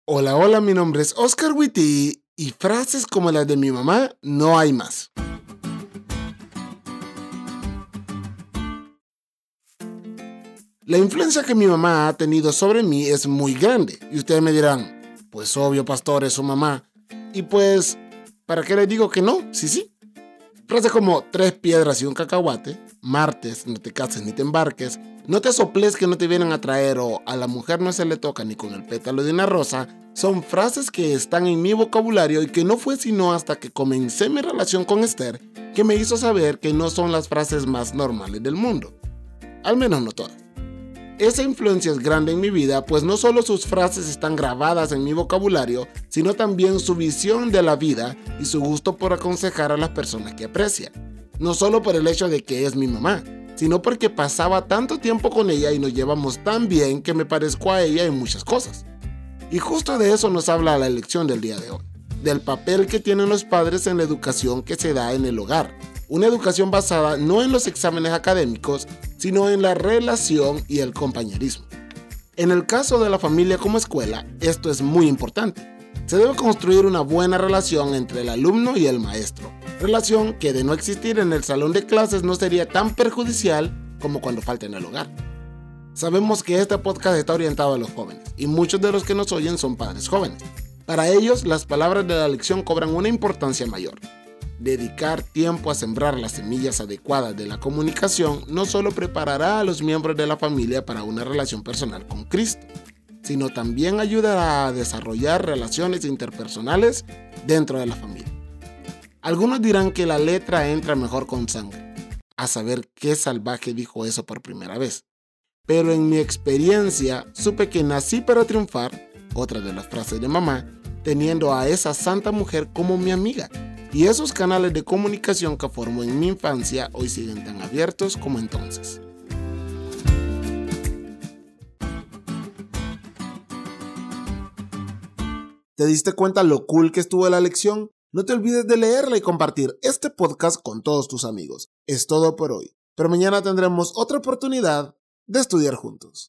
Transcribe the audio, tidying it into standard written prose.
Hola, hola, mi nombre es Oscar Witty y frases como las de mi mamá no hay más. La influencia que mi mamá ha tenido sobre mí es muy grande y ustedes me dirán, pues obvio, pastor, es su mamá. Y pues, ¿para qué les digo que no? Sí. Frases como 3 piedras y un cacahuate, martes, no te cases ni te embarques, no te soples que no te vienen a traer o a la mujer no se le toca ni con el pétalo de una rosa, son frases que están en mi vocabulario y que no fue sino hasta que comencé mi relación con Esther que me hizo saber que no son las frases más normales del mundo. Al menos no todas. Esa influencia es grande en mi vida, pues no solo sus frases están grabadas en mi vocabulario, sino también su visión de la vida y su gusto por aconsejar a las personas que aprecia. No solo por el hecho de que es mi mamá, sino porque pasaba tanto tiempo con ella y nos llevamos tan bien que me parezco a ella en muchas cosas. Y justo de eso nos habla la lección del día de hoy, del papel que tienen los padres en la educación que se da en el hogar. Una educación basada no en los exámenes académicos, sino en la relación y el compañerismo. En el caso de la familia como escuela, esto es muy importante. Se debe construir una buena relación entre el alumno y el maestro. Relación que de no existir en el salón de clases no sería tan perjudicial como cuando falta en el hogar. Sabemos que este podcast está orientado a los jóvenes y muchos de los que nos oyen son padres jóvenes. Para ellos, las palabras de la lección cobran una importancia mayor. Dedicar tiempo a sembrar las semillas adecuadas de la comunicación no solo preparará a los miembros de la familia para una relación personal con Cristo, sino también ayudará a desarrollar relaciones interpersonales dentro de la familia. Algunos dirán que la letra entra mejor con sangre, a saber qué salvaje dijo eso por primera vez. Pero en mi experiencia supe que nací para triunfar, otra de las frases de mamá, teniendo a esa santa mujer como mi amiga. Y esos canales de comunicación que formó en mi infancia hoy siguen tan abiertos como entonces. ¿Te diste cuenta lo cool que estuvo la lección? No te olvides de leerla y compartir este podcast con todos tus amigos. Es todo por hoy, pero mañana tendremos otra oportunidad de estudiar juntos.